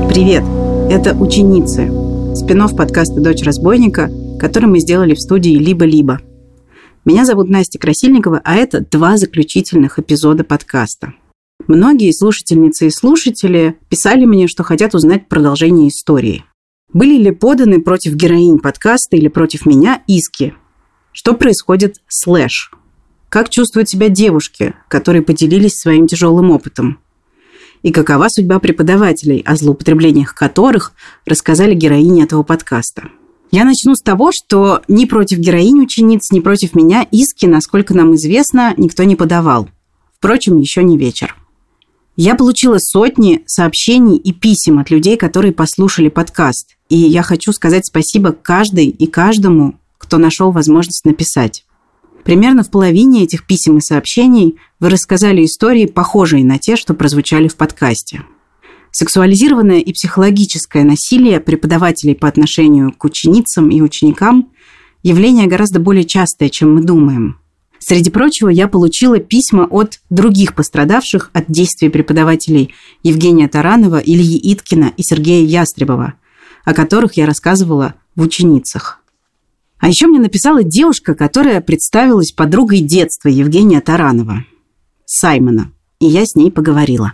Привет! Это «Ученицы» – спин-офф подкаста «Дочь разбойника», который мы сделали в студии «Либо-либо». Меня зовут Настя Красильникова, а это 2 заключительных эпизода подкаста. Многие слушательницы и слушатели писали мне, что хотят узнать продолжение истории. Были ли поданы против героинь подкаста или против меня иски? Что происходит с Лэш? Как чувствуют себя девушки, которые поделились своим тяжелым опытом? И какова судьба преподавателей, о злоупотреблениях которых рассказали героини этого подкаста? Я начну с того, что ни против героинь учениц, ни против меня иски, насколько нам известно, никто не подавал. Впрочем, еще не вечер. Я получила сотни сообщений и писем от людей, которые послушали подкаст. И я хочу сказать спасибо каждой и каждому, кто нашел возможность написать. Примерно в половине этих писем и сообщений вы рассказали истории, похожие на те, что прозвучали в подкасте. Сексуализированное и психологическое насилие преподавателей по отношению к ученицам и ученикам – явление гораздо более частое, чем мы думаем. Среди прочего, я получила письма от других пострадавших от действий преподавателей Евгения Таранова, Ильи Иткина и Сергея Ястребова, о которых я рассказывала в «Ученицах». А еще мне написала девушка, которая представилась подругой детства Евгения Таранова, Саймона, и я с ней поговорила.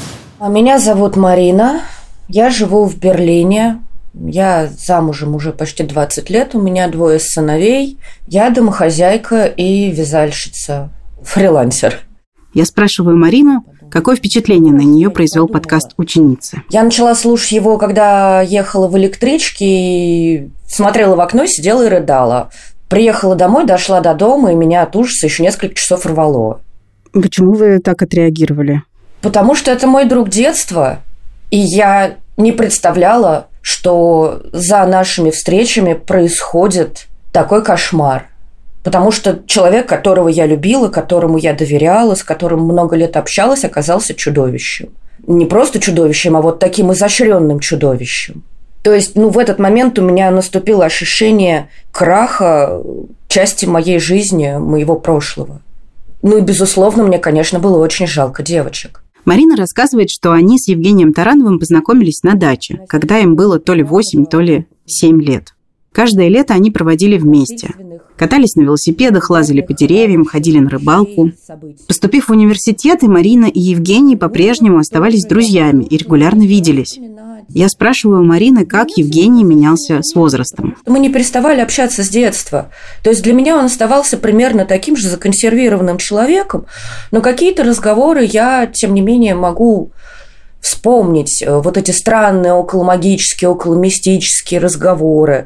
Меня зовут Марина, я живу в Берлине, я замужем уже почти 20 лет, у меня 2 сыновей, я домохозяйка и вязальщица, фрилансер. Я спрашиваю Марину, какое впечатление на нее произвел подкаст «Ученицы». Я начала слушать его, когда ехала в электричке и смотрела в окно, сидела и рыдала. Приехала домой, дошла до дома, и меня от ужаса еще несколько часов рвало. Почему вы так отреагировали? Потому что это мой друг детства, и я не представляла, что за нашими встречами происходит такой кошмар. Потому что человек, которого я любила, которому я доверяла, с которым много лет общалась, оказался чудовищем. Не просто чудовищем, а вот таким изощренным чудовищем. То есть, в этот момент у меня наступило ощущение краха части моей жизни, моего прошлого. И, безусловно, мне, конечно, было очень жалко девочек. Марина рассказывает, что они с Евгением Тарановым познакомились на даче, когда им было то ли 8, то ли 7 лет. Каждое лето они проводили вместе. Катались на велосипедах, лазали по деревьям, ходили на рыбалку. Поступив в университет, и Марина, и Евгений по-прежнему оставались друзьями и регулярно виделись. Я спрашиваю у Марины, как Евгений менялся с возрастом. Мы не переставали общаться с детства. То есть для меня он оставался примерно таким же законсервированным человеком, но какие-то разговоры я, тем не менее, могу вспомнить. Вот эти странные околомагические, околомистические разговоры,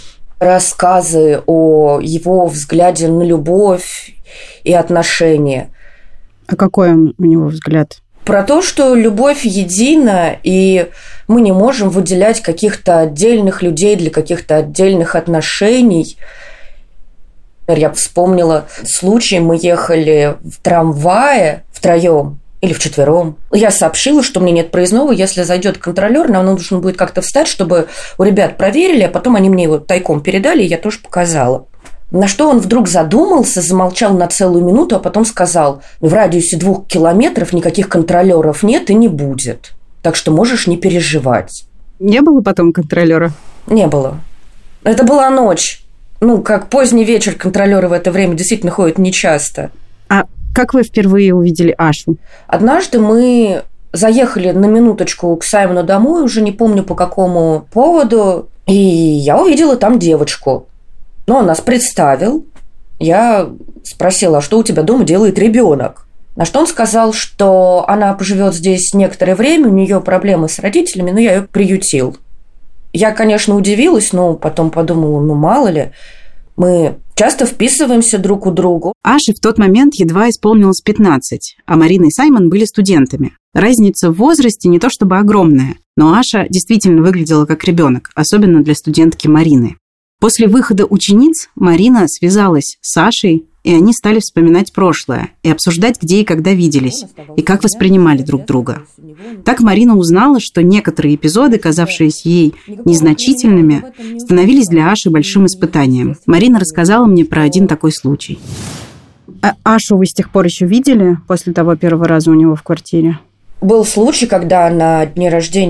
рассказы о его взгляде на любовь и отношения. А какой у него взгляд? Про то, что любовь едина, и мы не можем выделять каких-то отдельных людей для каких-то отдельных отношений. Я вспомнила случай, мы ехали в трамвае втроем или вчетвером. Я сообщила, что мне нет проездного, если зайдет контролер, нам нужно будет как-то встать, чтобы у ребят проверили, а потом они мне его тайком передали, и я тоже показала. На что он вдруг задумался, замолчал на целую минуту, а потом сказал: в радиусе 2 километров никаких контролеров нет и не будет, так что можешь не переживать. Не было потом контролера? Не было. Это была ночь. Как поздний вечер, контролеры в это время действительно ходят нечасто. А как вы впервые увидели Ашу? Однажды мы заехали на минуточку к Саймону домой, уже не помню по какому поводу, и я увидела там девочку. Он нас представил. Я спросила: а что у тебя дома делает ребенок? На что он сказал, что она поживет здесь некоторое время, у нее проблемы с родителями, но я ее приютил. Я, конечно, удивилась, но потом подумала, мало ли, мы часто вписываемся друг у друга. Аше в тот момент едва исполнилось 15, а Марина и Саймон были студентами. Разница в возрасте не то чтобы огромная, но Аша действительно выглядела как ребенок, особенно для студентки Марины. После выхода «Учениц» Марина связалась с Сашей, и они стали вспоминать прошлое и обсуждать, где и когда виделись, и как воспринимали друг друга. Так Марина узнала, что некоторые эпизоды, казавшиеся ей незначительными, становились для Аши большим испытанием. Марина рассказала мне про один такой случай. А Ашу вы с тех пор еще видели после того первого раза у него в квартире? Был случай, когда на дне рождения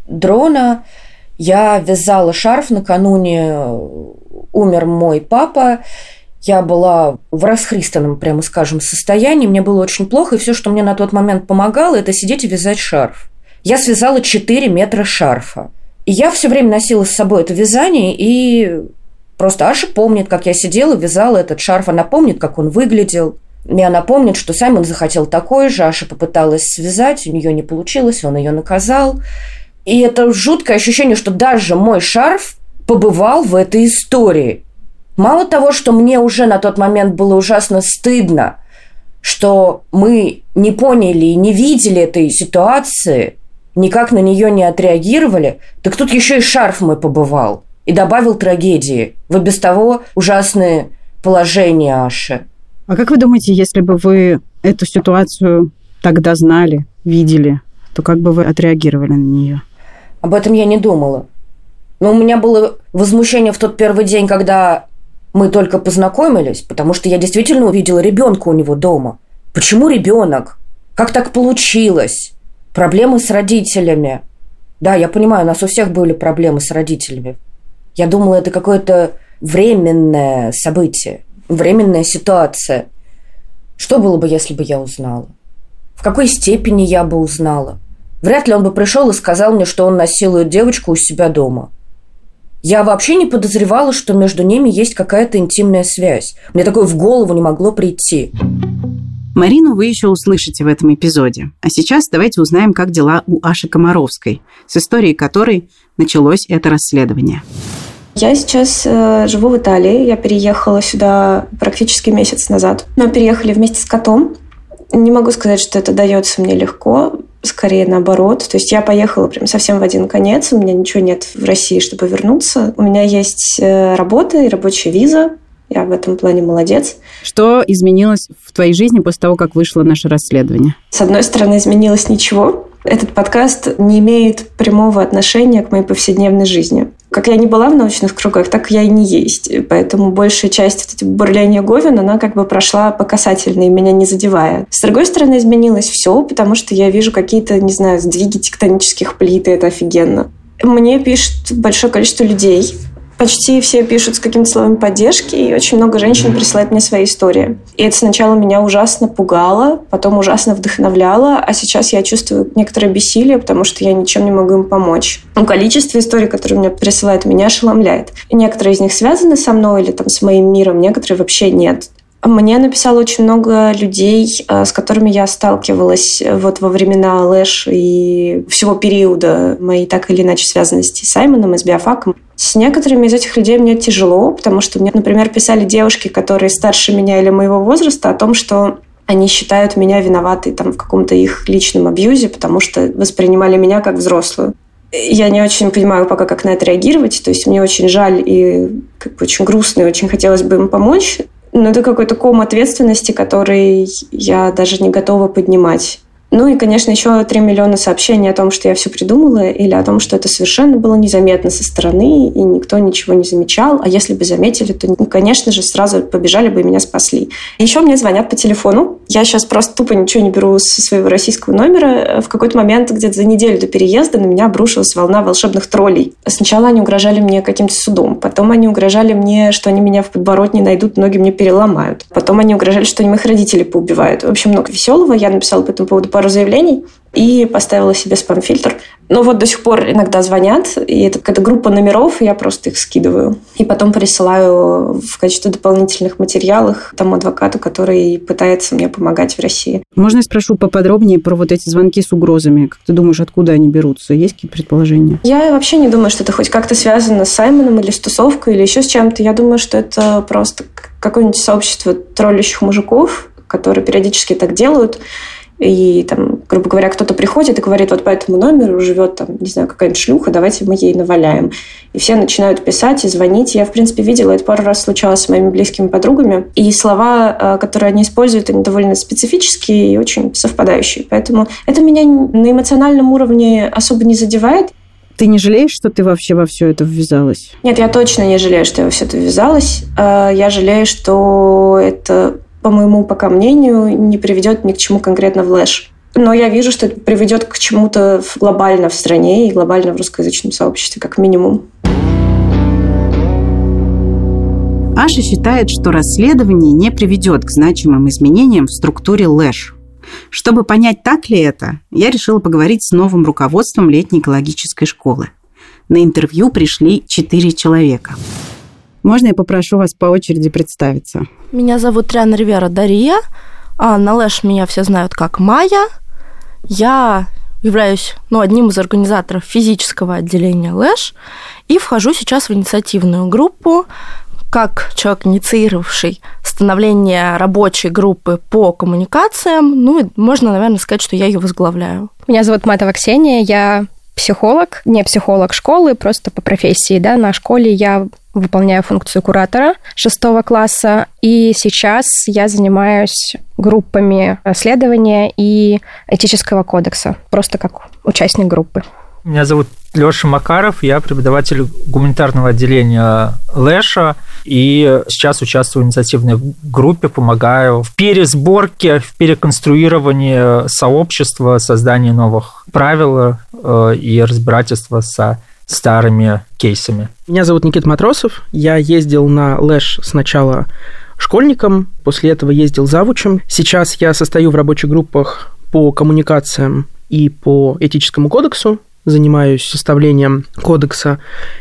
дрона. Я вязала шарф, накануне умер мой папа. Я была в расхристанном, прямо скажем, состоянии. Мне было очень плохо, и все, что мне на тот момент помогало, это сидеть и вязать шарф. Я связала 4 метра шарфа. И я все время носила с собой это вязание, и просто Аша помнит, как я сидела, вязала этот шарф. Она помнит, как он выглядел. И она помнит, что Саймон захотел такой же. Аша попыталась связать, у нее не получилось, он ее наказал. И это жуткое ощущение, что даже мой шарф побывал в этой истории. Мало того, что мне уже на тот момент было ужасно стыдно, что мы не поняли и не видели этой ситуации, никак на нее не отреагировали, так тут еще и шарф мой побывал и добавил трагедии в и без того ужасное положение Аши. А как вы думаете, если бы вы эту ситуацию тогда знали, видели, то как бы вы отреагировали на нее? Об этом я не думала. Но у меня было возмущение в тот первый день, когда мы только познакомились, потому что я действительно увидела ребенка у него дома. Почему ребенок? Как так получилось? Проблемы с родителями. Да, я понимаю, у нас у всех были проблемы с родителями. Я думала, это какое-то временное событие, временная ситуация. Что было бы, если бы я узнала? В какой степени я бы узнала? Вряд ли он бы пришел и сказал мне, что он насилует девочку у себя дома. Я вообще не подозревала, что между ними есть какая-то интимная связь. Мне такое в голову не могло прийти. Марину вы еще услышите в этом эпизоде. А сейчас давайте узнаем, как дела у Аши Комаровской, с историей которой началось это расследование. Я сейчас живу в Италии. Я переехала сюда практически месяц назад. Но переехали вместе с котом. Не могу сказать, что это дается мне легко. Скорее наоборот. То есть я поехала прям совсем в один конец. У меня ничего нет в России, чтобы вернуться. У меня есть работа и рабочая виза. Я в этом плане молодец. Что изменилось в твоей жизни после того, как вышло наше расследование? С одной стороны, изменилось ничего. Этот подкаст не имеет прямого отношения к моей повседневной жизни. Как я не была в научных кругах, так я и не есть. Поэтому большая часть вот бурления говен, она как бы прошла по касательной, меня не задевая. С другой стороны, изменилось все, потому что я вижу какие-то, не знаю, сдвиги тектонических плит, и это офигенно. Мне пишет большое количество людей. Почти все пишут с какими-то словами поддержки, и очень много женщин присылает мне свои истории. И это сначала меня ужасно пугало, потом ужасно вдохновляло, а сейчас я чувствую некоторое бессилие, потому что я ничем не могу им помочь. Количество историй, которые мне присылают, меня ошеломляет. И некоторые из них связаны со мной или там, с моим миром, некоторые вообще нет. Мне написало очень много людей, с которыми я сталкивалась вот во времена Лэш и всего периода моей так или иначе связанности с Саймоном и с биофаком. С некоторыми из этих людей мне тяжело, потому что мне, например, писали девушки, которые старше меня или моего возраста, о том, что они считают меня виноватой там, в каком-то их личном абьюзе, потому что воспринимали меня как взрослую. Я не очень понимаю пока, как на это реагировать. То есть мне очень жаль и как бы очень грустно, и очень хотелось бы им помочь. Но это какой-то ком ответственности, который я даже не готова поднимать. Ну и, конечно, еще 3 миллиона сообщений о том, что я все придумала, или о том, что это совершенно было незаметно со стороны, и никто ничего не замечал. А если бы заметили, то, конечно же, сразу побежали бы и меня спасли. Еще мне звонят по телефону. Я сейчас просто тупо ничего не беру со своего российского номера. В какой-то момент, где-то за неделю до переезда, на меня обрушилась волна волшебных троллей. Сначала они угрожали мне каким-то судом. Потом они угрожали мне, что они меня в подворотне найдут, ноги мне переломают. Потом они угрожали, что они моих родителей поубивают. В общем, много веселого. Я написала по этому поводу пару заявлений и поставила себе спам-фильтр. Но вот до сих пор иногда звонят, и это какая-то группа номеров, и я просто их скидываю. И потом присылаю в качестве дополнительных материалов тому адвокату, который пытается мне помогать в России. Можно я спрошу поподробнее про вот эти звонки с угрозами? Как ты думаешь, откуда они берутся? Есть какие-то предположения? Я вообще не думаю, что это хоть как-то связано с Саймоном или с тусовкой, или еще с чем-то. Я думаю, что это просто какое-нибудь сообщество троллящих мужиков, которые периодически так делают. И там, грубо говоря, кто-то приходит и говорит, вот по этому номеру живет там, не знаю, какая-нибудь шлюха, давайте мы ей наваляем. И все начинают писать и звонить. Я, в принципе, видела, это пару раз случалось с моими близкими подругами. И слова, которые они используют, они довольно специфические и очень совпадающие. Поэтому это меня на эмоциональном уровне особо не задевает. Ты не жалеешь, что ты вообще во все это ввязалась? Нет, я точно не жалею, что я во все это ввязалась. Я жалею, что это, по моему пока мнению, не приведет ни к чему конкретно в Лэш. Но я вижу, что это приведет к чему-то глобально в стране и глобально в русскоязычном сообществе, как минимум. Аша считает, что расследование не приведет к значимым изменениям в структуре ЛЭШ. Чтобы понять, так ли это, я решила поговорить с новым руководством летней экологической школы. На интервью пришли 4 человека. Можно я попрошу вас по очереди представиться? Меня зовут Триана Ривера Дарья, а на ЛЭШ меня все знают как Майя. Я являюсь одним из организаторов физического отделения ЛЭШ и вхожу сейчас в инициативную группу как человек, инициировавший становление рабочей группы по коммуникациям. И можно, наверное, сказать, что я ее возглавляю. Меня зовут Матова Ксения, я психолог, не психолог школы, просто по профессии. На школе я выполняю функцию куратора 6 класса, и сейчас я занимаюсь группами расследования и этического кодекса, просто как участник группы. Меня зовут Лёша Макаров, я преподаватель гуманитарного отделения ЛЭШа, и сейчас участвую в инициативной группе, помогаю в пересборке, в переконструировании сообщества, создании новых правил и разбирательства со старыми кейсами. Меня зовут Никита Матросов, я ездил на ЛЭШ сначала школьником, после этого ездил завучем. Сейчас я состою в рабочих группах по коммуникациям и по этическому кодексу, занимаюсь составлением кодекса,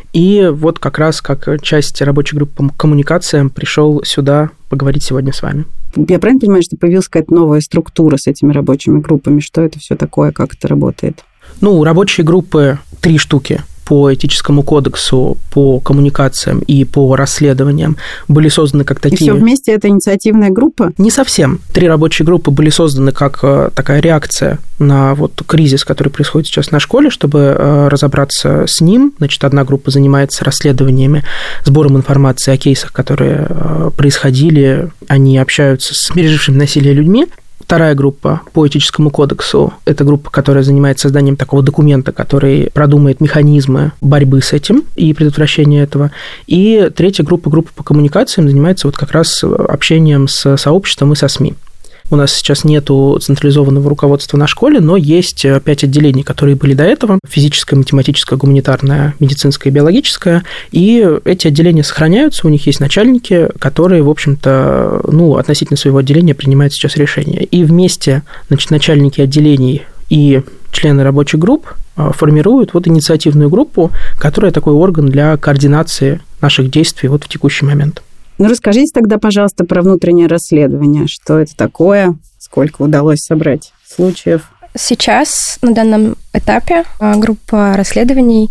и вот как раз как часть рабочей группы по коммуникациям пришел сюда поговорить сегодня с вами. Я правильно понимаю, что появилась какая-то новая структура с этими рабочими группами? Что это все такое, как это работает? Рабочие группы 3 штуки по этическому кодексу, по коммуникациям и по расследованиям были созданы как такие... И все вместе это инициативная группа? Не совсем. 3 рабочие группы были созданы как такая реакция на кризис, который происходит сейчас на школе, чтобы разобраться с ним. Значит, одна группа занимается расследованиями, сбором информации о кейсах, которые происходили. Они общаются с пережившими насилие людьми. Вторая группа по этическому кодексу – это группа, которая занимается созданием такого документа, который продумает механизмы борьбы с этим и предотвращения этого. И третья группа по коммуникациям занимается как раз общением с сообществом и со СМИ. У нас сейчас нету централизованного руководства на школе, но есть 5 отделений, которые были до этого. Физическое, математическое, гуманитарное, медицинское и биологическое. И эти отделения сохраняются, у них есть начальники, которые, в общем-то, относительно своего отделения принимают сейчас решения. И вместе, начальники отделений и члены рабочих групп формируют инициативную группу, которая такой орган для координации наших действий в текущий момент. Расскажите тогда, пожалуйста, про внутреннее расследование. Что это такое? Сколько удалось собрать случаев? Сейчас, на данном этапе, группа расследований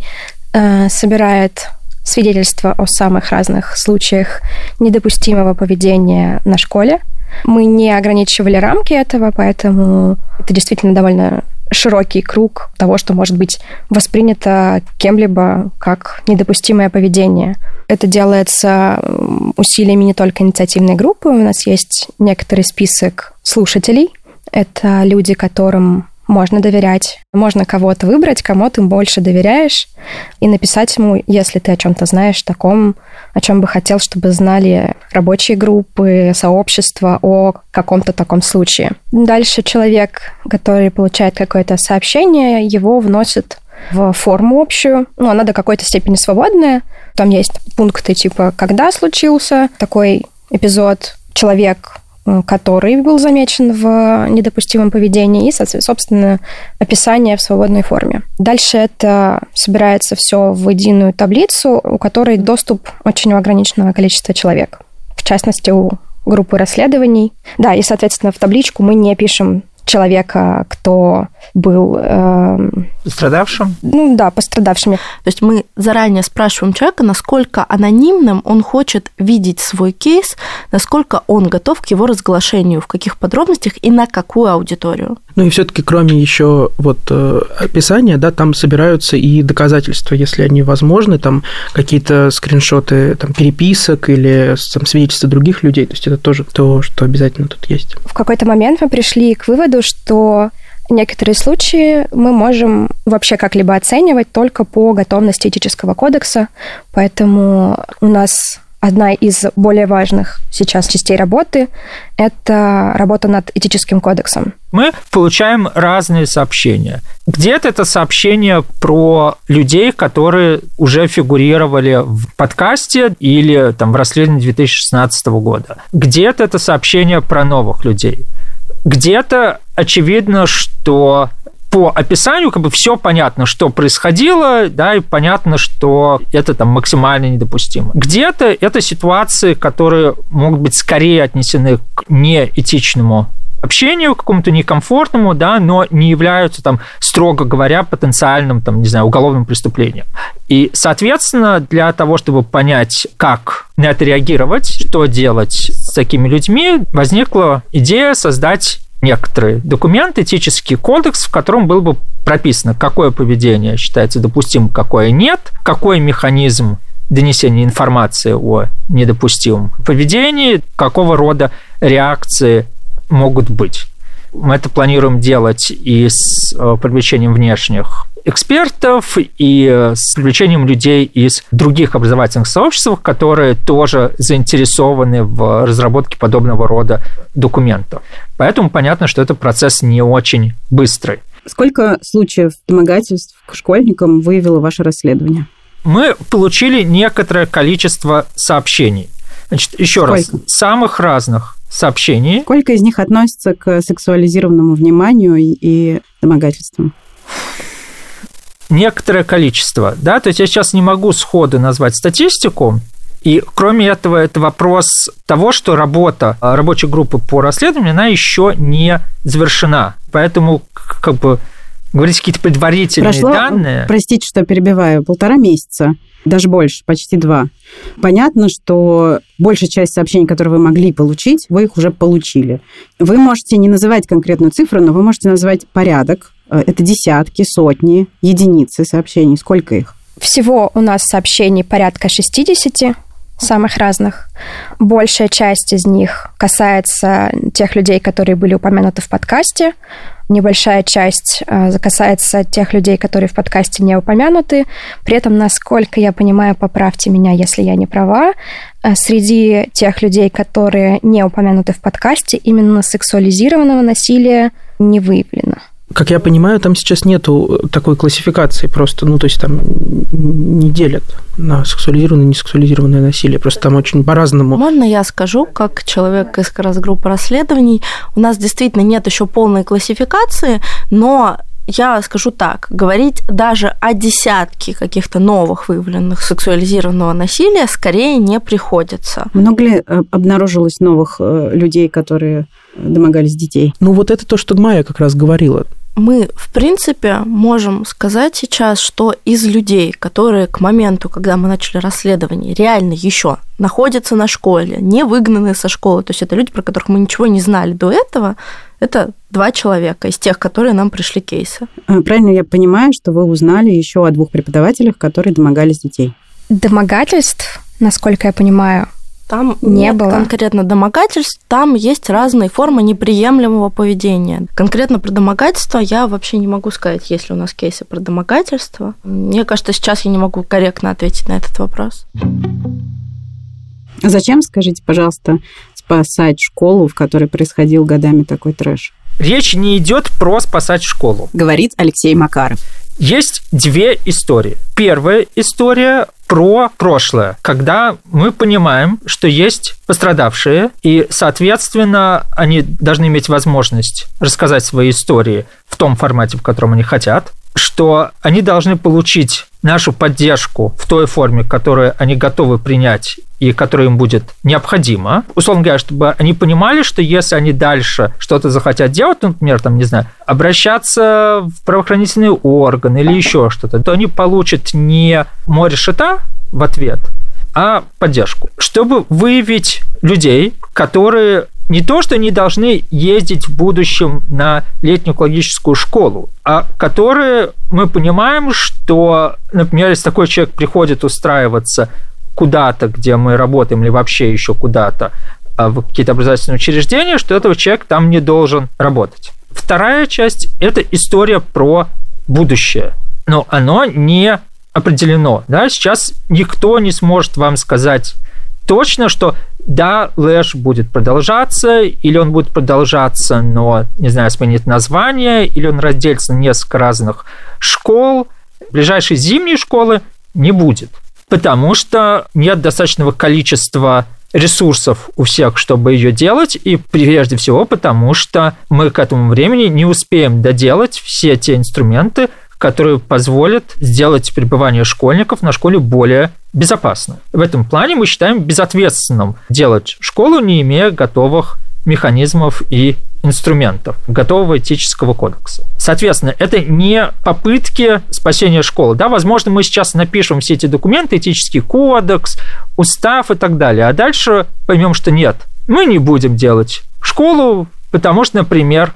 собирает свидетельства о самых разных случаях недопустимого поведения на школе. Мы не ограничивали рамки этого, поэтому это действительно довольно широкий круг того, что может быть воспринято кем-либо как недопустимое поведение. Это делается усилиями не только инициативной группы. У нас есть некоторый список слушателей. Это люди, которым можно доверять. Можно кого-то выбрать, кому ты больше доверяешь, и написать ему, если ты о чем-то знаешь, таком, о чем бы хотел, чтобы знали рабочие группы, сообщества о каком-то таком случае. Дальше человек, который получает какое-то сообщение, его вносит в форму общую. Она до какой-то степени свободная. Там есть пункты типа «когда случился такой эпизод», человек, который был замечен в недопустимом поведении, и, собственно, описание в свободной форме. Дальше это собирается все в единую таблицу, у которой доступ очень ограниченного количества человек. В частности, у группы расследований. Да, и, соответственно, в табличку мы не пишем человека, кто был... Пострадавшим? Пострадавшими. То есть мы заранее спрашиваем человека, насколько анонимным он хочет видеть свой кейс, насколько он готов к его разглашению, в каких подробностях и на какую аудиторию. И все-таки, кроме еще описания, там собираются и доказательства, если они возможны, там какие-то скриншоты переписок или свидетельства других людей. То есть это тоже то, что обязательно тут есть. В какой-то момент мы пришли к выводу, что некоторые случаи мы можем вообще как-либо оценивать только по готовности этического кодекса, поэтому у нас одна из более важных сейчас частей работы – это работа над этическим кодексом. Мы получаем разные сообщения. Где-то это сообщение про людей, которые уже фигурировали в подкасте или там, в расследовании 2016 года. Где-то это сообщение про новых людей. Где-то очевидно, что по описанию все понятно, что происходило, да, и понятно, что это там максимально недопустимо. Где-то это ситуации, которые могут быть скорее отнесены к неэтичному общению, какому-то некомфортному, да, но не являются, там, строго говоря, потенциальным, там, не знаю, уголовным преступлением. И, соответственно, для того, чтобы понять, как на это реагировать, что делать с такими людьми, возникла идея создать некоторый документ, этический кодекс, в котором было бы прописано, какое поведение считается допустимым, какое нет, какой механизм донесения информации о недопустимом поведении, какого рода реакции могут быть. Мы это планируем делать и с привлечением внешних экспертов, и с привлечением людей из других образовательных сообществ, которые тоже заинтересованы в разработке подобного рода документов. Поэтому понятно, что это процесс не очень быстрый. Сколько случаев домогательств к школьникам выявило ваше расследование? Мы получили некоторое количество сообщений. Значит, еще раз, самых разных сообщений. Сколько из них относится к сексуализированному вниманию и домогательствам? Некоторое количество, да, то есть я сейчас не могу сходу назвать статистику, и кроме этого, это вопрос того, что работа рабочей группы по расследованию, она еще не завершена, поэтому, как бы, говорить какие-то предварительные данные. Простите, что перебиваю, 1,5 месяца, даже больше, почти 2. Понятно, что большая часть сообщений, которые вы могли получить, вы их уже получили. Вы можете не называть конкретную цифру, но вы можете назвать порядок. Это десятки, сотни, единицы сообщений. Сколько их? Всего у нас сообщений порядка 60, самых разных. Большая часть из них касается тех людей, которые были упомянуты в подкасте. Небольшая часть касается тех людей, которые в подкасте не упомянуты. При этом, насколько я понимаю, поправьте меня, если я не права, среди тех людей, которые не упомянуты в подкасте, именно сексуализированного насилия не выявлено. Как я понимаю, там сейчас нету такой классификации просто, то есть там не делят на сексуализированное и несексуализированное насилие, просто там очень по-разному. Можно я скажу, как человек из как раз группы расследований, у нас действительно нет еще полной классификации, но я скажу так, говорить даже о десятке каких-то новых выявленных сексуализированного насилия скорее не приходится. Много ли обнаружилось новых людей, которые домогались детей? Вот это то, что Майя как раз говорила. Мы, в принципе, можем сказать сейчас, что из людей, которые к моменту, когда мы начали расследование, реально еще находятся на школе, не выгнаны со школы, то есть это люди, про которых мы ничего не знали до этого, это 2 человека из тех, которые нам пришли кейсы. Правильно я понимаю, что вы узнали еще о 2 преподавателях, которые домогались детей? Домогательств, насколько я понимаю, там не было конкретно домогательств, там есть разные формы неприемлемого поведения. Конкретно про домогательство я вообще не могу сказать, есть ли у нас кейсы про домогательство. Мне кажется, сейчас я не могу корректно ответить на этот вопрос. Зачем, скажите, пожалуйста, спасать школу, в которой происходил годами такой трэш? Речь не идет про спасать школу. Говорит Алексей Макаров. Есть 2 истории. Первая история про прошлое, когда мы понимаем, что есть пострадавшие, и, соответственно, они должны иметь возможность рассказать свои истории в том формате, в котором они хотят, что они должны получить нашу поддержку в той форме, которую они готовы принять и которая им будет необходима. Условно говоря, чтобы они понимали, что если они дальше что-то захотят делать, например, обращаться в правоохранительные органы или еще что-то, то они получат не море шита в ответ, а поддержку. Чтобы выявить людей, которые не то, что не должны ездить в будущем на летнюю экологическую школу, а которые мы понимаем, что, например, если такой человек приходит устраиваться куда-то, где мы работаем, или вообще еще куда-то, в какие-то образовательные учреждения, что этот человек там не должен работать. Вторая часть – это история про будущее. Но оно не определено. Да? Сейчас никто не сможет вам сказать точно, что да, Лэш будет продолжаться, или он будет продолжаться, но, не знаю, сменит название, или он разделится на несколько разных школ. Ближайшей зимней школы не будет, потому что нет достаточного количества ресурсов у всех, чтобы ее делать, и прежде всего потому, что мы к этому времени не успеем доделать все те инструменты, которые позволят сделать пребывание школьников на школе более безопасным. В этом плане мы считаем безответственным делать школу, не имея готовых механизмов и инструментов, готового этического кодекса. Соответственно, это не попытки спасения школы. Да, возможно, мы сейчас напишем все эти документы, этический кодекс, устав и так далее, а дальше поймем, что нет, мы не будем делать школу, потому что, например,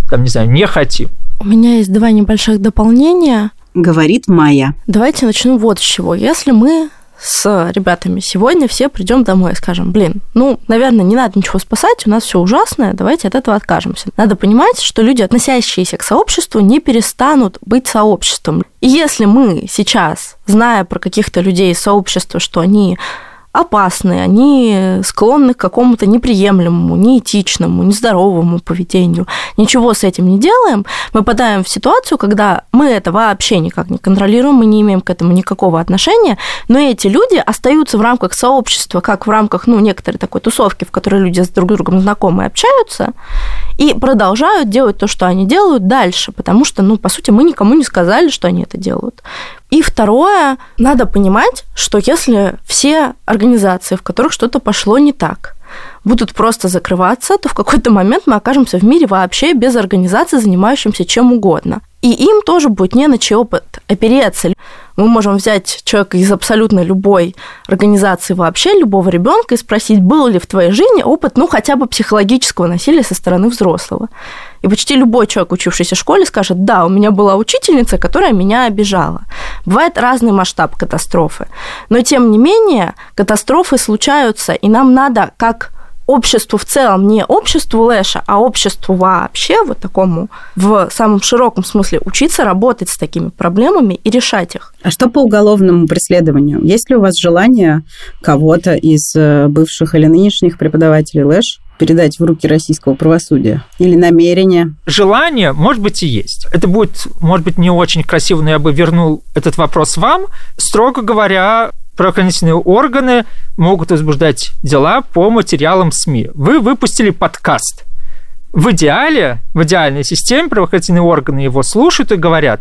не хотим. У меня есть 2 небольших дополнения. Говорит Майя. Давайте начну вот с чего. Если мы с ребятами сегодня все придем домой и скажем, наверное, не надо ничего спасать, у нас все ужасное, давайте от этого откажемся. Надо понимать, что люди, относящиеся к сообществу, не перестанут быть сообществом. И если мы сейчас, зная про каких-то людей из сообщества, что они опасны, они склонны к какому-то неприемлемому, неэтичному, нездоровому поведению. Ничего с этим не делаем, мы попадаем в ситуацию, когда мы это вообще никак не контролируем, мы не имеем к этому никакого отношения, но эти люди остаются в рамках сообщества, как в рамках, некоторой такой тусовки, в которой люди с друг другом знакомы и общаются, и продолжают делать то, что они делают дальше, потому что, по сути, мы никому не сказали, что они это делают. И второе, надо понимать, что если все организации, в которых что-то пошло не так, будут просто закрываться, то в какой-то момент мы окажемся в мире вообще без организаций, занимающихся чем угодно. И им тоже будет не на чей опыт опереться. Мы можем взять человека из абсолютно любой организации вообще, любого ребенка, и спросить, был ли в твоей жизни опыт, хотя бы психологического насилия со стороны взрослого. И почти любой человек, учившийся в школе, скажет, да, у меня была учительница, которая меня обижала. Бывает разный масштаб катастрофы. Но, тем не менее, катастрофы случаются, и нам надо, как обществу в целом, не обществу Лэша, а обществу вообще, вот такому, в самом широком смысле, учиться работать с такими проблемами и решать их. А что по уголовному преследованию? Есть ли у вас желание кого-то из бывших или нынешних преподавателей Лэш передать в руки российского правосудия? Или намерение? Желание, может быть, и есть. Это будет, может быть, не очень красиво, но я бы вернул этот вопрос вам. Строго говоря, правоохранительные органы могут возбуждать дела по материалам СМИ. Вы выпустили подкаст. В идеальной системе правоохранительные органы его слушают и говорят,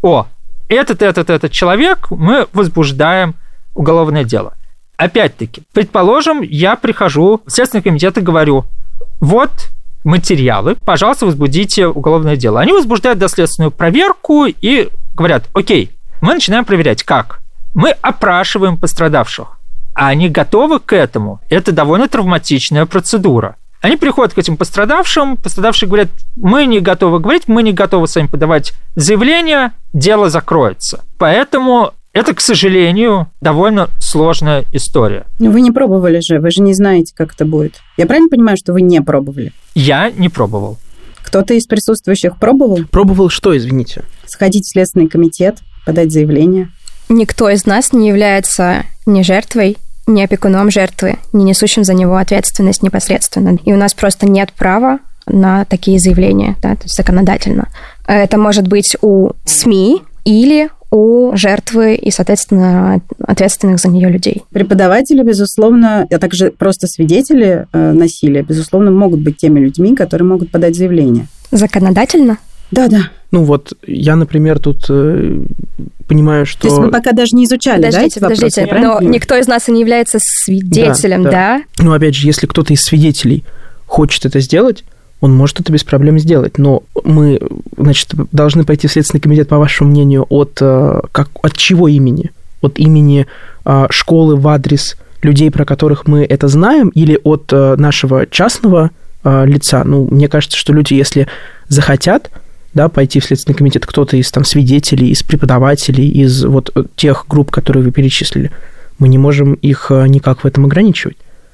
этот человек, мы возбуждаем уголовное дело. Опять-таки, предположим, я прихожу в Следственный комитет и говорю, вот материалы, пожалуйста, возбудите уголовное дело. Они возбуждают доследственную проверку и говорят, окей, мы начинаем проверять, как? Мы опрашиваем пострадавших, а они готовы к этому. Это довольно травматичная процедура. Они приходят к этим пострадавшим, пострадавшие говорят, мы не готовы говорить, мы не готовы с вами подавать заявление, дело закроется. Поэтому это, к сожалению, довольно сложная история. Но вы не пробовали же, вы же не знаете, как это будет. Я правильно понимаю, что вы не пробовали? Я не пробовал. Кто-то из присутствующих пробовал? Пробовал что, извините? Сходить в Следственный комитет, подать заявление. Никто из нас не является ни жертвой, ни опекуном жертвы, ни несущим за него ответственность непосредственно. И у нас просто нет права на такие заявления, то есть законодательно. Это может быть у СМИ или у жертвы и, соответственно, ответственных за нее людей. Преподаватели, безусловно, а также просто свидетели насилия, безусловно, могут быть теми людьми, которые могут подать заявление. Законодательно? Да. Я, например, тут понимаю, что... То есть вы пока даже не изучали, эти вопросы? Но никто из нас и не является свидетелем, да? Опять же, если кто-то из свидетелей хочет это сделать, он может это без проблем сделать. Но мы, должны пойти в Следственный комитет, по вашему мнению, от чего имени? От имени школы в адрес людей, про которых мы это знаем, или от нашего частного лица? Мне кажется, что люди, если захотят пойти в Следственный комитет, кто-то из свидетелей, из преподавателей, из тех групп, которые вы перечислили, мы не можем их никак в этом ограничивать.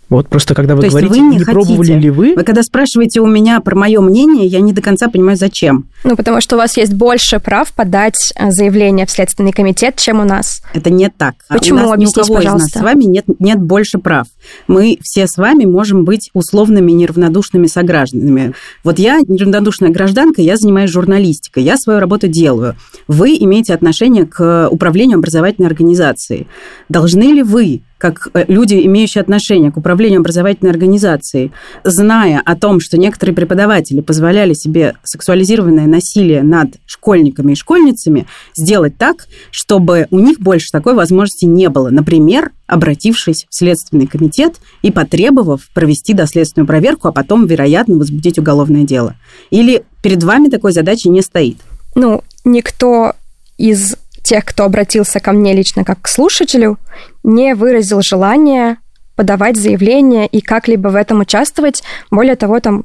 Вот просто когда вы То говорите, есть вы не пробовали ли вы... Вы когда спрашиваете у меня про мое мнение, я не до конца понимаю, зачем. Ну, потому что у вас есть больше прав подать заявление в Следственный комитет, чем у нас. Это не так. Почему? У нас Объясните, ни у кого пожалуйста. из нас с вами нет больше прав. Мы все с вами можем быть условными неравнодушными согражданами. Вот я неравнодушная гражданка, я занимаюсь журналистикой, я свою работу делаю. Вы имеете отношение к управлению образовательной организацией. Должны ли вы, как люди, имеющие отношение к управлению образовательной организацией, зная о том, что некоторые преподаватели позволяли себе сексуализированное насилие над школьниками и школьницами, сделать так, чтобы у них больше такой возможности не было? Например, обратившись в Следственный комитет и потребовав провести доследственную проверку, а потом, вероятно, возбудить уголовное дело. Или перед вами такой задачи не стоит? Ну, никто из тех, кто обратился ко мне лично как к слушателю, не выразил желания подавать заявление и как-либо в этом участвовать. Более того, там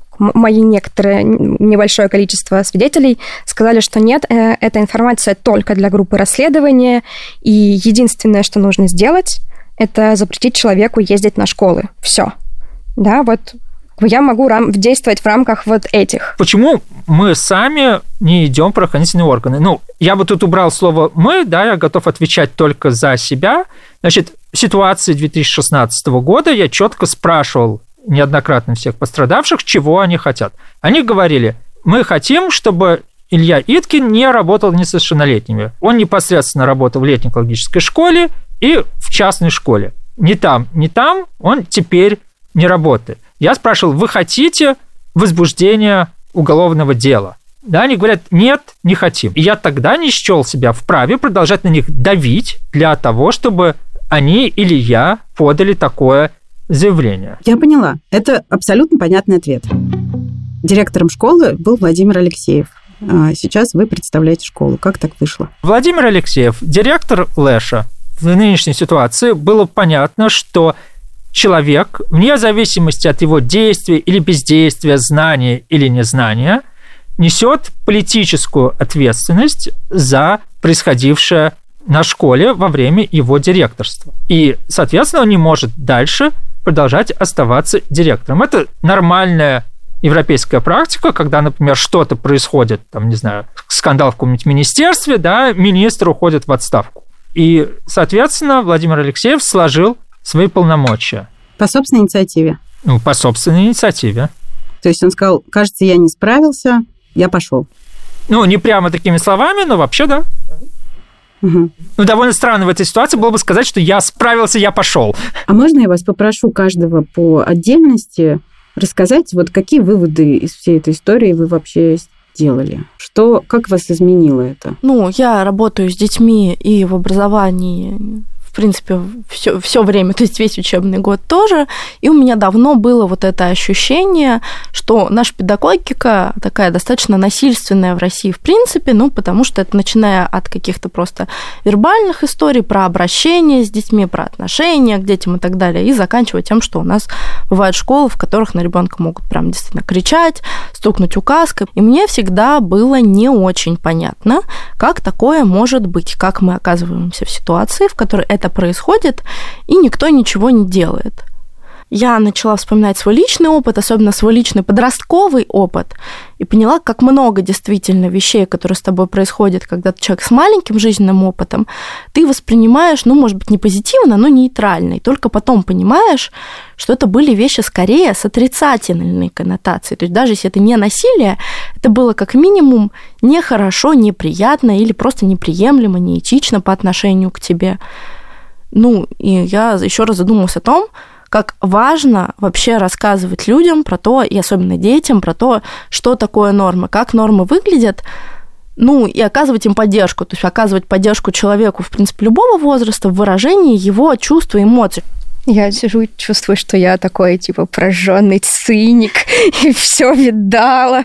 мои небольшое количество свидетелей сказали, что нет, эта информация только для группы расследования, и единственное, что нужно сделать, это запретить человеку ездить на школы. Все. Да, вот я могу действовать в рамках вот этих. Почему мы сами не идем в правоохранительные органы? Ну, я бы тут убрал слово «мы», да, я готов отвечать только за себя. Значит, в ситуации 2016 года я четко спрашивал неоднократно всех пострадавших, чего они хотят. Они говорили: мы хотим, чтобы Илья Иткин не работал несовершеннолетними. Он непосредственно работал в летней экологической школе и в частной школе. Ни там, он теперь не работает. Я спрашивал: вы хотите возбуждения уголовного дела? Да, они говорят: нет, не хотим. И я тогда не счел себя вправе продолжать на них давить для того, чтобы они или я подали такое заявление. Я поняла. Это абсолютно понятный ответ. Директором школы был Владимир Алексеев. Сейчас вы представляете школу. Как так вышло? Владимир Алексеев, директор Лэша. В нынешней ситуации было понятно, что человек, вне зависимости от его действия или бездействия, знания или незнания, несет политическую ответственность за происходившее на школе во время его директорства. И, соответственно, он не может дальше продолжать оставаться директором. Это нормальная европейская практика, когда, например, что-то происходит, там, не знаю, скандал в каком-нибудь министерстве, да, министр уходит в отставку. И, соответственно, Владимир Алексеев сложил свои полномочия. По собственной инициативе? Ну, по собственной инициативе. То есть он сказал: кажется, я не справился, я пошел. Ну, не прямо такими словами, но вообще да. Угу. Ну, довольно странно в этой ситуации было бы сказать, что я справился, я пошел. А можно я вас попрошу каждого по отдельности рассказать, вот какие выводы из всей этой истории вы вообще сделали? Как вас изменило это? Ну, я работаю с детьми и в образовании, в принципе, все время, то есть весь учебный год тоже, и у меня давно было вот это ощущение, что наша педагогика такая достаточно насильственная в России в принципе, ну, потому что это начиная от каких-то просто вербальных историй про обращение с детьми, про отношения к детям и так далее, и заканчивая тем, что у нас бывают школы, в которых на ребенка могут прям действительно кричать, стукнуть указкой, и мне всегда было не очень понятно, как такое может быть, как мы оказываемся в ситуации, в которой это происходит, и никто ничего не делает. Я начала вспоминать свой личный опыт, особенно свой личный подростковый опыт, и поняла, как много действительно вещей, которые с тобой происходят, когда ты человек с маленьким жизненным опытом, ты воспринимаешь, ну, может быть, не позитивно, но нейтрально, и только потом понимаешь, что это были вещи скорее с отрицательной коннотацией. То есть даже если это не насилие, это было как минимум нехорошо, неприятно или просто неприемлемо, неэтично по отношению к тебе. Ну, и я еще раз задумалась о том, как важно вообще рассказывать людям про то, и особенно детям, про то, что такое нормы, как нормы выглядят, ну, и оказывать им поддержку, то есть оказывать поддержку человеку, в принципе, любого возраста в выражении его чувств и эмоций. Я сижу и чувствую, что я такой, типа, прожженный циник, и все видала.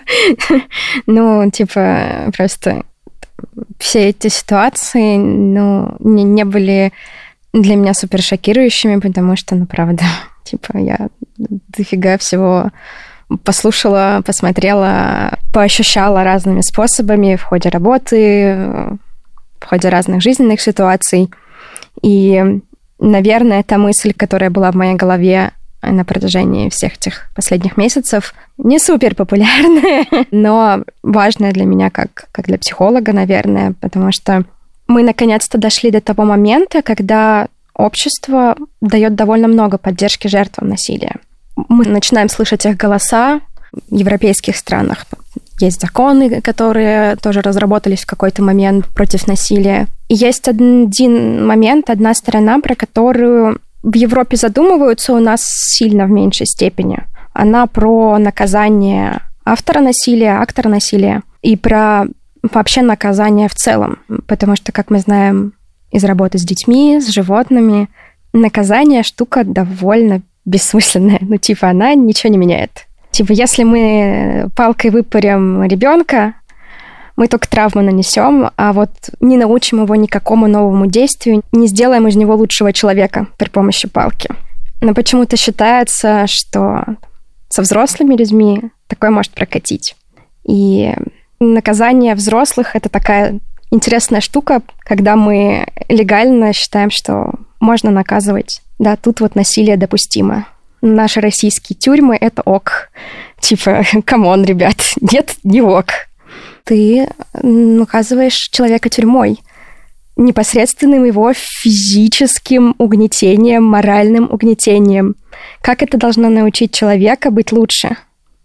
Ну, типа, просто все эти ситуации, ну, не были для меня супер шокирующими, потому что, ну, правда, типа, я дофига всего послушала, посмотрела, поощущала разными способами в ходе работы, в ходе разных жизненных ситуаций. И, наверное, та мысль, которая была в моей голове на протяжении всех этих последних месяцев. Не супер популярная, но важная для меня, как для психолога, наверное, потому что мы наконец-то дошли до того момента, когда общество дает довольно много поддержки жертвам насилия. Мы начинаем слышать их голоса в европейских странах. Есть законы, которые тоже разработались в какой-то момент против насилия. И есть один момент, одна сторона, про которую в Европе задумываются у нас сильно в меньшей степени. Она про наказание автора насилия, актора насилия и про вообще наказание в целом. Потому что, как мы знаем из работы с детьми, с животными, наказание штука довольно бессмысленная. Она ничего не меняет. Если мы палкой выпарим ребенка, мы только травму нанесем, а вот не научим его никакому новому действию, не сделаем из него лучшего человека при помощи палки. Но почему-то считается, что со взрослыми людьми такое может прокатить. И наказание взрослых – это такая интересная штука, когда мы легально считаем, что можно наказывать. Да, тут вот насилие допустимо. Наши российские тюрьмы – это ок. Камон, ребят, нет, не ок. Ты наказываешь человека тюрьмой, непосредственным его физическим угнетением, моральным угнетением. Как это должно научить человека быть лучше?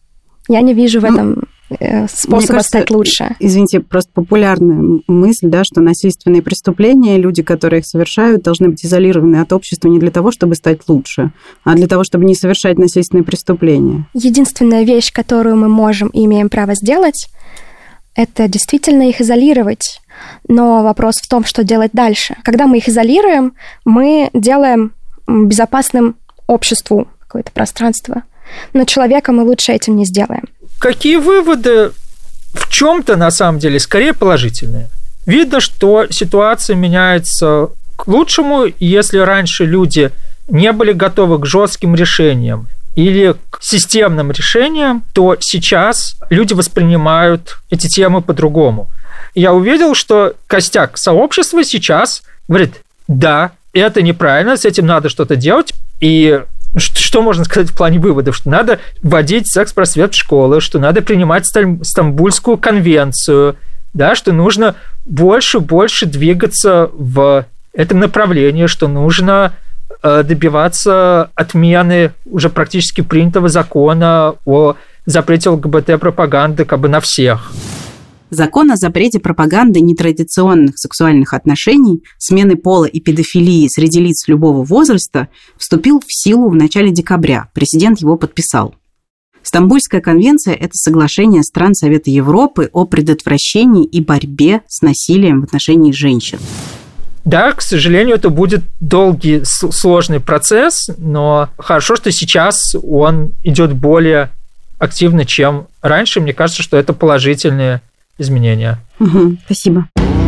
Я не вижу в этом способа стать лучше. Извините, просто популярная мысль, да, что насильственные преступления, люди, которые их совершают, должны быть изолированы от общества не для того, чтобы стать лучше, а для того, чтобы не совершать насильственные преступления. Единственная вещь, которую мы можем и имеем право сделать, это действительно их изолировать. Но вопрос в том, что делать дальше. Когда мы их изолируем, мы делаем безопасным обществу какое-то пространство. Но человека мы лучше этим не сделаем. Какие выводы в чем-то, на самом деле, скорее положительные? Видно, что ситуация меняется к лучшему, если раньше люди не были готовы к жестким решениям или к системным решениям, то сейчас люди воспринимают эти темы по-другому. Я увидел, что костяк сообщества сейчас говорит: да, это неправильно, с этим надо что-то делать, и что можно сказать в плане выводов? Что надо вводить секс-просвет в школы, что надо принимать Стамбульскую конвенцию, да, что нужно больше двигаться в этом направлении, что нужно добиваться отмены уже практически принятого закона о запрете ЛГБТ-пропаганды на всех. Закон о запрете пропаганды нетрадиционных сексуальных отношений, смены пола и педофилии среди лиц любого возраста вступил в силу в начале декабря. Президент его подписал. Стамбульская конвенция – это соглашение стран Совета Европы о предотвращении и борьбе с насилием в отношении женщин. Да, к сожалению, это будет долгий, сложный процесс, но хорошо, что сейчас он идет более активно, чем раньше. Мне кажется, что это положительные изменения. Спасибо.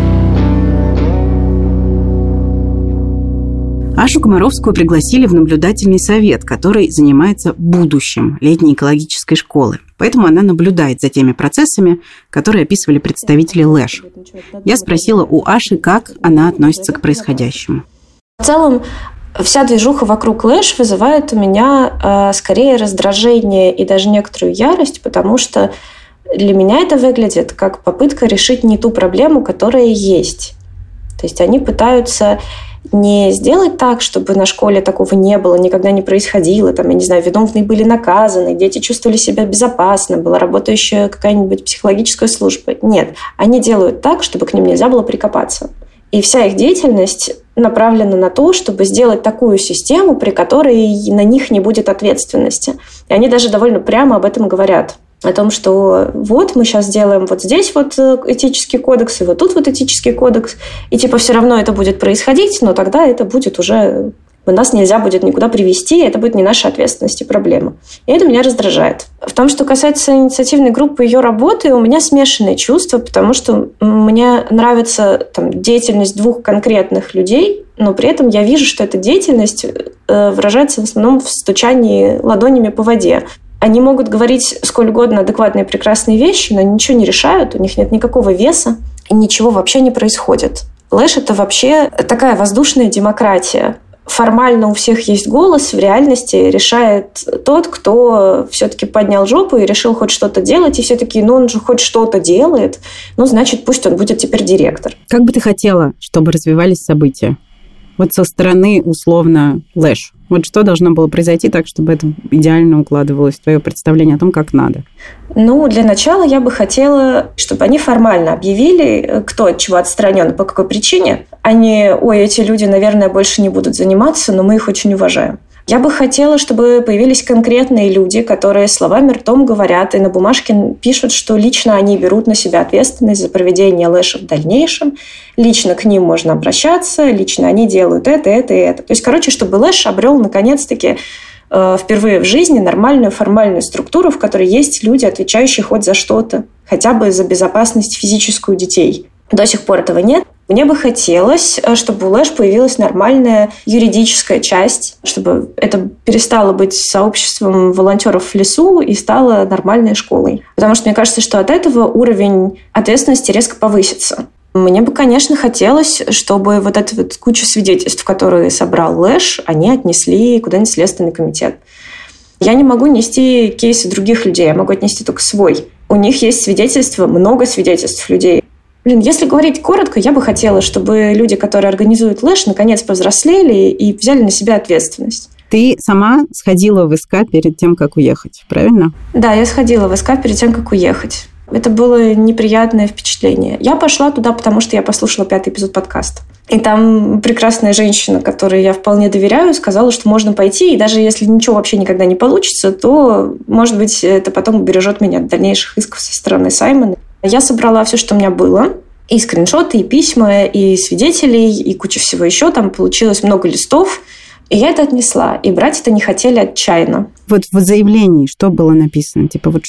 Ашу Комаровскую пригласили в наблюдательный совет, который занимается будущим летней экологической школы. Поэтому она наблюдает за теми процессами, которые описывали представители ЛЭШ. Я спросила у Аши, как она относится к происходящему. В целом, вся движуха вокруг ЛЭШ вызывает у меня скорее раздражение и даже некоторую ярость, потому что для меня это выглядит как попытка решить не ту проблему, которая есть. То есть они пытаются не сделать так, чтобы на школе такого не было, никогда не происходило, виновные были наказаны, дети чувствовали себя безопасно, была работающая какая-нибудь психологическая служба. Нет, они делают так, чтобы к ним нельзя было прикопаться. И вся их деятельность направлена на то, чтобы сделать такую систему, при которой на них не будет ответственности. И они даже довольно прямо об этом говорят. О том, что вот мы сейчас делаем вот здесь вот этический кодекс, и вот тут вот этический кодекс, и все равно это будет происходить, но тогда это будет уже... Нас нельзя будет никуда привести, это будет не наша ответственность и проблема. И это меня раздражает. В том, что касается инициативной группы и ее работы, у меня смешанные чувства, потому что мне нравится деятельность двух конкретных людей, но при этом я вижу, что эта деятельность выражается в основном в стучании ладонями по воде. Они могут говорить сколь угодно адекватные прекрасные вещи, но они ничего не решают, у них нет никакого веса, и ничего вообще не происходит. ЛЭШ – это вообще такая воздушная демократия, формально у всех есть голос, в реальности решает тот, кто все-таки поднял жопу и решил хоть что-то делать, и все таки, он же хоть что-то делает, значит, пусть он будет теперь директор. Как бы ты хотела, чтобы развивались события? Вот со стороны, условно, Лэш. Вот что должно было произойти так, чтобы это идеально укладывалось в твое представление о том, как надо? Для начала я бы хотела, чтобы они формально объявили, кто от чего отстранен, по какой причине, а не, эти люди, наверное, больше не будут заниматься, но мы их очень уважаем. Я бы хотела, чтобы появились конкретные люди, которые словами ртом говорят и на бумажке пишут, что лично они берут на себя ответственность за проведение Лэша в дальнейшем, лично к ним можно обращаться, лично они делают это и это. То есть, чтобы Лэш обрел наконец-таки впервые в жизни нормальную формальную структуру, в которой есть люди, отвечающие хоть за что-то, хотя бы за безопасность физическую детей. До сих пор этого нет. Мне бы хотелось, чтобы у Лэш появилась нормальная юридическая часть, чтобы это перестало быть сообществом волонтеров в лесу и стало нормальной школой. Потому что мне кажется, что от этого уровень ответственности резко повысится. Мне бы, конечно, хотелось, чтобы вот эту кучу свидетельств, которые собрал Лэш, они отнесли куда-нибудь в Следственный комитет. Я не могу нести кейсы других людей, я могу отнести только свой. У них есть свидетельства, много свидетельств людей. Если говорить коротко, я бы хотела, чтобы люди, которые организуют Лэш, наконец повзрослели и взяли на себя ответственность. Ты сама сходила в СК перед тем, как уехать, правильно? Да, я сходила в СК перед тем, как уехать. Это было неприятное впечатление. Я пошла туда, потому что я послушала 5-й эпизод подкаста. И там прекрасная женщина, которой я вполне доверяю, сказала, что можно пойти, и даже если ничего вообще никогда не получится, то, может быть, это потом убережет меня от дальнейших исков со стороны Саймона. Я собрала все, что у меня было. И скриншоты, и письма, и свидетелей, и куча всего еще. Там получилось много листов. И я это отнесла. И брать это не хотели отчаянно. Вот в заявлении что было написано?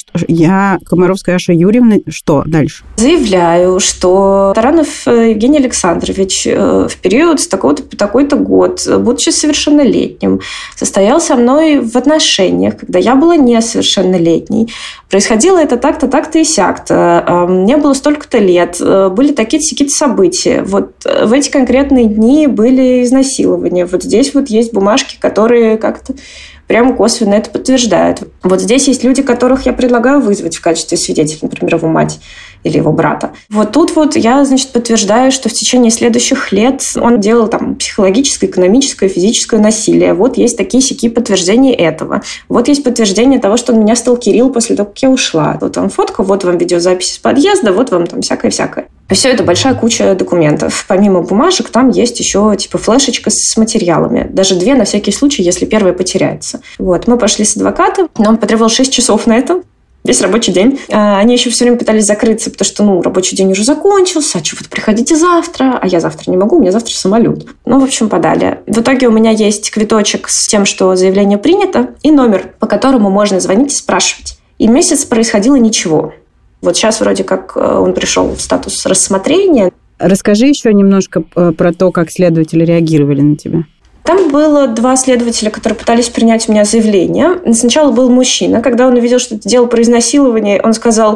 Я, Комаровская Аша Юрьевна, что дальше? Заявляю, что Таранов Евгений Александрович в период с такого-то по такой-то год, будучи совершеннолетним, состоял со мной в отношениях, когда я была несовершеннолетней. Происходило это так-то, так-то и сяк-то. Мне было столько-то лет. Были такие-то события. Вот в эти конкретные дни были изнасилования. Вот здесь есть бумажки, которые как-то прямо косвенно это подтверждают. Вот здесь есть люди, которых я предлагаю вызвать в качестве свидетелей, например, его мать или его брата. Вот тут я, подтверждаю, что в течение следующих лет он делал психологическое, экономическое, физическое насилие. Вот есть такие-сякие подтверждения этого. Вот есть подтверждение того, что он меня сталкерил после того, как я ушла. Вот вам фотка, вот вам видеозапись из подъезда, вот вам всякое-всякое. Все это большая куча документов. Помимо бумажек, там есть еще флешечка с материалами. Даже 2 на всякий случай, если первая потеряется. Мы пошли с адвокатом. Нам потребовалось 6 часов на это. Весь рабочий день. Они еще все время пытались закрыться, потому что, рабочий день уже закончился, а что, приходите завтра, а я завтра не могу, у меня завтра самолет. В общем, подали. В итоге у меня есть квиточек с тем, что заявление принято, и номер, по которому можно звонить и спрашивать. И месяц происходило ничего. Сейчас вроде как он пришел в статус рассмотрения. Расскажи еще немножко про то, как следователи реагировали на тебя. Там было 2 следователя, которые пытались принять у меня заявление. Сначала был мужчина. Когда он увидел, что это дело про изнасилование, он сказал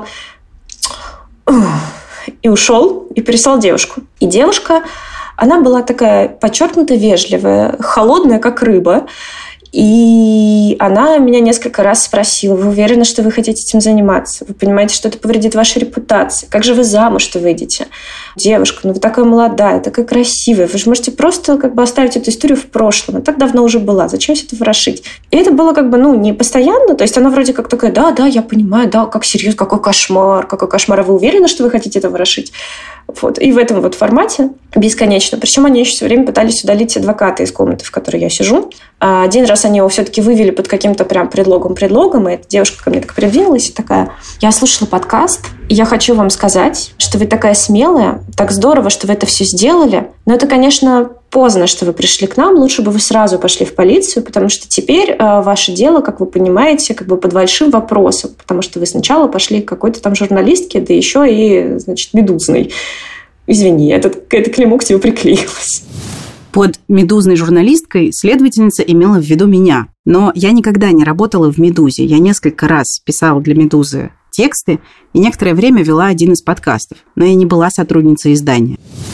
и ушел, и прислал девушку. И девушка, она была такая подчеркнуто вежливая, холодная, как рыба. И она меня несколько раз спросила: вы уверены, что вы хотите этим заниматься? Вы понимаете, что это повредит вашей репутации? Как же вы замуж-то выйдете? Девушка, вы такая молодая, такая красивая. Вы же можете просто оставить эту историю в прошлом. Она так давно уже была. Зачем все это ворошить? И это было не постоянно. То есть она вроде как такая: да, я понимаю, да, как серьезно, какой кошмар. А вы уверены, что вы хотите это ворошить? И в этом формате бесконечно. Причем они еще все время пытались удалить адвоката из комнаты, в которой я сижу. Один раз они его все-таки вывели под каким-то прям предлогом, и эта девушка ко мне так придвинулась и такая: я слушала подкаст, и я хочу вам сказать, что вы такая смелая, так здорово, что вы это все сделали, но это, конечно, поздно, что вы пришли к нам, лучше бы вы сразу пошли в полицию, потому что теперь ваше дело, как вы понимаете, под большим вопросом, потому что вы сначала пошли к какой-то журналистке, да еще и, медузной. Извини, это клеймо к тебе приклеилось. Под «медузной журналисткой» следовательница имела в виду меня. Но я никогда не работала в «Медузе». Я несколько раз писала для «Медузы» тексты и некоторое время вела один из подкастов. Но я не была сотрудницей издания.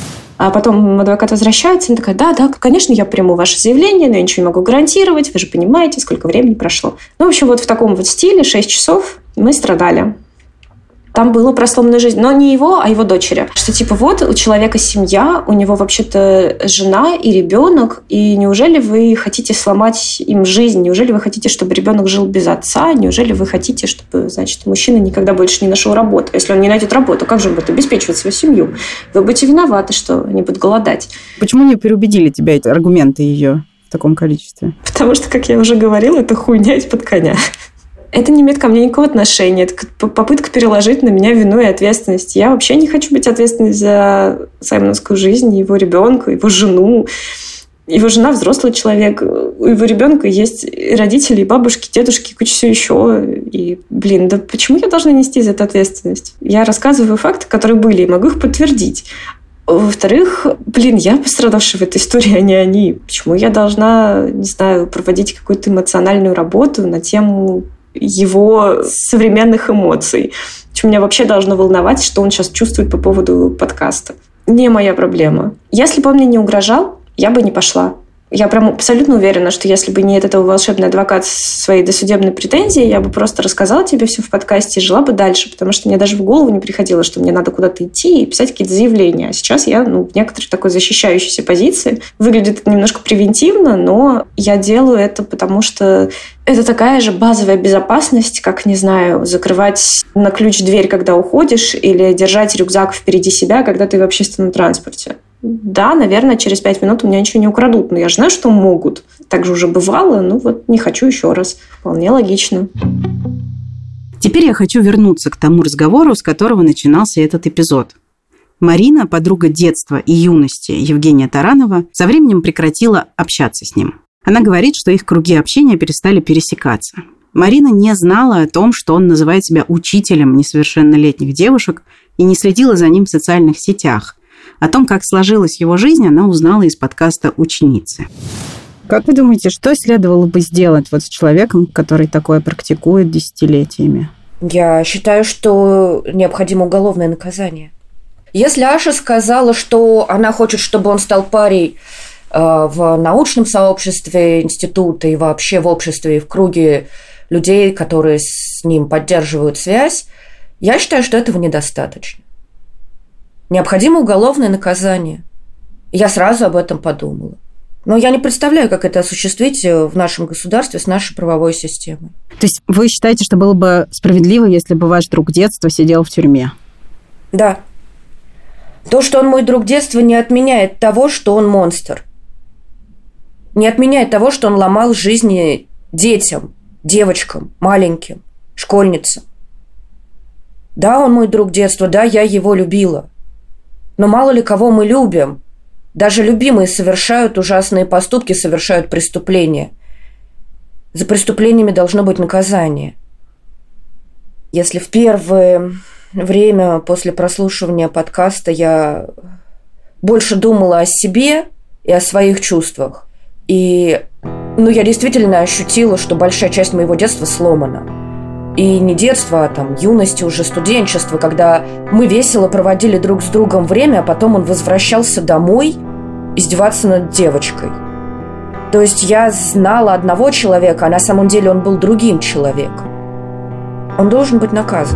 А потом адвокат возвращается, и такая: да, конечно, я приму ваше заявление, но я ничего не могу гарантировать, вы же понимаете, сколько времени прошло. Ну, в общем, вот в таком вот стиле 6 часов мы страдали. Там было про сломанную жизнь, но не его, а его дочери. Что типа вот у человека семья, у него вообще-то жена и ребенок, и неужели вы хотите сломать им жизнь? Неужели вы хотите, чтобы ребенок жил без отца? Неужели вы хотите, чтобы, значит, мужчина никогда больше не нашел работу? Если он не найдет работу, как же он будет обеспечивать свою семью? Вы будете виноваты, что они будут голодать. Почему не переубедили тебя эти аргументы ее в таком количестве? Потому что, как я уже говорила, это хуйня из-под коня. Это не имеет ко мне никакого отношения. Это попытка переложить на меня вину и ответственность. Я вообще не хочу быть ответственной за саймоновскую жизнь, его ребенка, его жену. Его жена взрослый человек. У его ребенка есть и родители, и бабушки, и дедушки, и куча всего еще. И, да почему я должна нести за это ответственность? Я рассказываю факты, которые были, и могу их подтвердить. Во-вторых, я пострадавшая в этой истории, а не они. Почему я должна, не знаю, проводить какую-то эмоциональную работу на тему его современных эмоций? Что меня вообще должно волновать, что он сейчас чувствует по поводу подкаста? Не моя проблема. Если бы он мне не угрожал, я бы не пошла. Я прям абсолютно уверена, что если бы не этот волшебный адвокат со своей досудебной претензией, я бы просто рассказала тебе все в подкасте и жила бы дальше, потому что мне даже в голову не приходило, что мне надо куда-то идти и писать какие-то заявления. А сейчас я в некоторой такой защищающейся позиции. Выглядит это немножко превентивно, но я делаю это, потому что это такая же базовая безопасность, как, не знаю, закрывать на ключ дверь, когда уходишь, или держать рюкзак впереди себя, когда ты в общественном транспорте. Да, наверное, через 5 минут у меня ничего не украдут, но я же знаю, что могут. Так же уже бывало, не хочу еще раз. Вполне логично. Теперь я хочу вернуться к тому разговору, с которого начинался этот эпизод. Марина, подруга детства и юности Евгения Таранова, со временем прекратила общаться с ним. Она говорит, что их круги общения перестали пересекаться. Марина не знала о том, что он называет себя учителем несовершеннолетних девушек, и не следила за ним в социальных сетях. О том, как сложилась его жизнь, она узнала из подкаста «Ученицы». Как вы думаете, что следовало бы сделать с человеком, который такое практикует десятилетиями? Я считаю, что необходимо уголовное наказание. Если Аша сказала, что она хочет, чтобы он стал парей в научном сообществе института и вообще в обществе и в круге людей, которые с ним поддерживают связь, я считаю, что этого недостаточно. Необходимо уголовное наказание. Я сразу об этом подумала. Но я не представляю, как это осуществить в нашем государстве с нашей правовой системой. То есть вы считаете, что было бы справедливо, если бы ваш друг детства сидел в тюрьме? Да. То, что он мой друг детства, не отменяет того, что он монстр. Не отменяет того, что он ломал жизни детям, девочкам, маленьким, школьницам. Да, он мой друг детства, да, я его любила. Но мало ли кого мы любим. Даже любимые совершают ужасные поступки, совершают преступления. За преступлениями должно быть наказание. Если в первое время после прослушивания подкаста я больше думала о себе и о своих чувствах, и я действительно ощутила, что большая часть моего детства сломана. И не детство, а юности, уже студенчество, когда мы весело проводили друг с другом время, а потом он возвращался домой издеваться над девочкой. То есть я знала одного человека, а на самом деле он был другим человеком. Он должен быть наказан.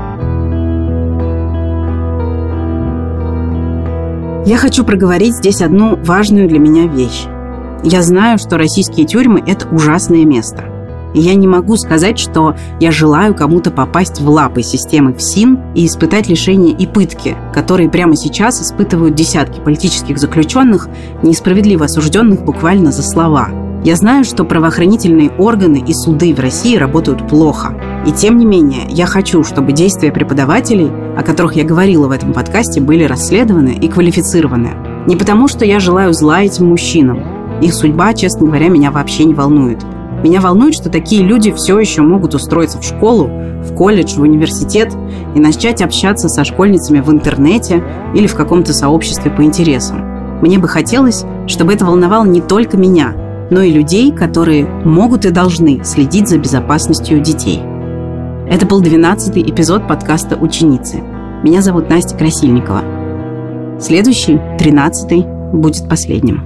Я хочу проговорить здесь одну важную для меня вещь. Я знаю, что российские тюрьмы – это ужасное место. И я не могу сказать, что я желаю кому-то попасть в лапы системы ФСИН и испытать лишения и пытки, которые прямо сейчас испытывают десятки политических заключенных, несправедливо осужденных буквально за слова. Я знаю, что правоохранительные органы и суды в России работают плохо. И тем не менее, я хочу, чтобы действия преподавателей, о которых я говорила в этом подкасте, были расследованы и квалифицированы. Не потому, что я желаю зла этим мужчинам. Их судьба, честно говоря, меня вообще не волнует. Меня волнует, что такие люди все еще могут устроиться в школу, в колледж, в университет и начать общаться со школьницами в интернете или в каком-то сообществе по интересам. Мне бы хотелось, чтобы это волновало не только меня, но и людей, которые могут и должны следить за безопасностью детей. Это был 12-й эпизод подкаста «Ученицы». Меня зовут Настя Красильникова. Следующий, 13-й, будет последним.